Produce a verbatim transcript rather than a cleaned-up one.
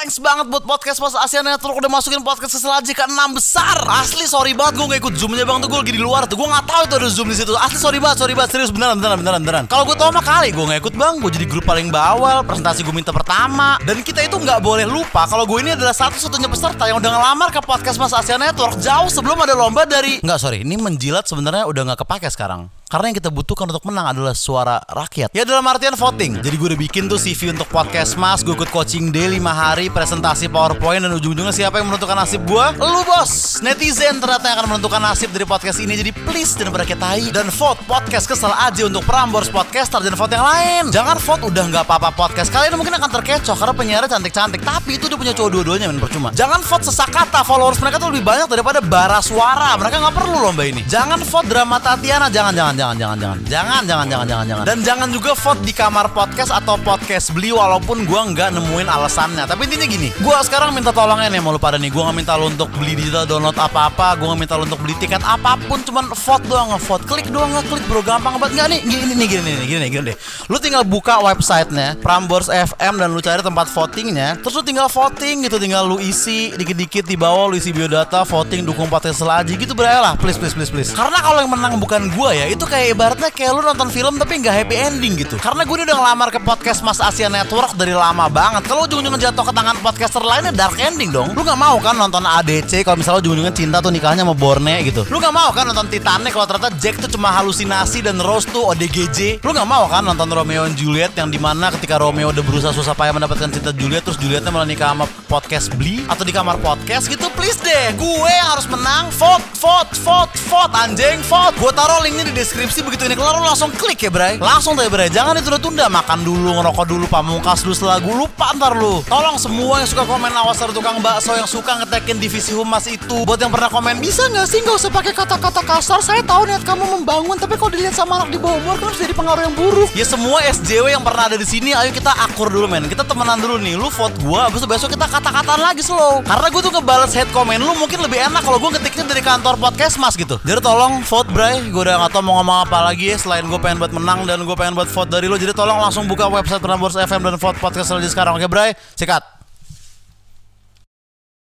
thanks banget buat podcast Mas Asia Network udah masukin podcast Kesel Aja ke enam besar. Asli sorry banget gue gak ikut zoomnya bang tuh, gue lagi di luar tuh, gue gak tahu itu ada zoom di situ. Asli sorry banget, sorry banget, serius beneran beneran beneran beneran. Kalau gue tau mah kali gue gak ikut bang, gue jadi grup paling bawal, presentasi gue minta pertama. Dan kita itu nggak boleh lupa kalau gue ini adalah satu-satunya peserta yang udah ngelamar ke podcast Mas Asia Network jauh sebelum ada lomba dari nggak sorry ini menjilat sebenarnya udah nggak kepake sekarang. Karena yang kita butuhkan untuk menang adalah suara rakyat. Ya dalam artian voting. Jadi gue udah bikin tuh C V untuk podcast Mas. Gue ikut coaching day lima hari, presentasi PowerPoint. Dan ujung-ujungnya siapa yang menentukan nasib gue? Lu bos. Netizen ternyata yang akan menentukan nasib dari podcast ini. Jadi please dan berketai dan vote podcast Kesel Aja untuk Prambors Podcaster dan vote yang lain. Jangan vote udah gak apa-apa podcast. Kalian mungkin akan terkecoh karena penyiarnya cantik-cantik. Tapi itu udah punya cowok dua-duanya men, percuma. Jangan vote sesak kata. Followers mereka tuh lebih banyak daripada bara suara. Mereka gak perlu lomba ini. Jangan vote drama Tatiana. Jangan-jangan Jangan, jangan, jangan, jangan, jangan, jangan, jangan, jangan. Dan jangan juga vote di kamar podcast atau podcast beli walaupun gue nggak nemuin alasannya. Tapi intinya gini, gue sekarang minta tolongnya nih mau lu pada nih. Gue nggak minta lu untuk beli digital download apa-apa. Gue nggak minta lu untuk beli tiket apapun. Cuman vote doang, nge-vote, klik doang, ngeklik bro, gampang banget. Nggak nih, gini nih, gini nih, gini nih, gini deh. Lu tinggal buka websitenya Prambors F M dan lu cari tempat votingnya. Terus lu tinggal voting gitu, tinggal lu isi dikit-dikit di bawah, lu isi biodata, voting dukung podcast Kesel Aja gitu beraya lah, please, please, please, please. Karena kalau yang menang bukan gue ya, itu kayak ibaratnya kayak lu nonton film tapi nggak happy ending gitu. Karena gue udah ngelamar ke podcast Mas Asia Network dari lama banget. Kalau ujung-ujungnya jatuh ke tangan podcaster lainnya dark ending dong. Lu nggak mau kan nonton A D C kalau misalnya ujung-ujungnya cinta tuh nikahnya sama Borne gitu. Lu nggak mau kan nonton Titanic kalau ternyata Jack tuh cuma halusinasi dan Rose tuh O D G J. Lu nggak mau kan nonton Romeo and Juliet yang dimana ketika Romeo udah berusaha susah payah mendapatkan cinta Juliet, terus Julietnya malah nikah sama podcast beli atau di kamar podcast gitu. Please deh, gue yang harus menang. Vote, vote, vote, vote, anjing, vote. Gue taruh linknya di deskripsi, begitu ini kelar lu langsung klik ya bray. Langsung deh bray, jangan ditunda-tunda. Makan dulu, ngerokok dulu, pamungkas dulu, setelah gue lupa ntar lu. Tolong semua yang suka komen awas ada tukang bakso yang suka ngetekin divisi humas itu. Buat yang pernah komen, bisa gak sih gak usah pakai kata-kata kasar. Saya tahu niat kamu membangun, tapi kalau dilihat sama anak di bawah umur kan bisa jadi pengaruh yang buruk. Ya semua S J W yang pernah ada di sini, ayo kita akur dulu men. Kita temenan dulu nih. Lu vote gue, abis itu besok kita kata-kataan lagi slow. Karena gue tuh ngebales hate comment lu mungkin lebih enak kalau gue ngetiknya dari kantor podcast Mas gitu. Jadi tolong vote bray. Gue udah gak tau mau ngomong apa lagi ya selain gue pengen buat menang dan gue pengen buat vote dari lo. Jadi tolong langsung buka website Prambors F M dan vote podcast Kesel Aja sekarang. Oke bray, sikat.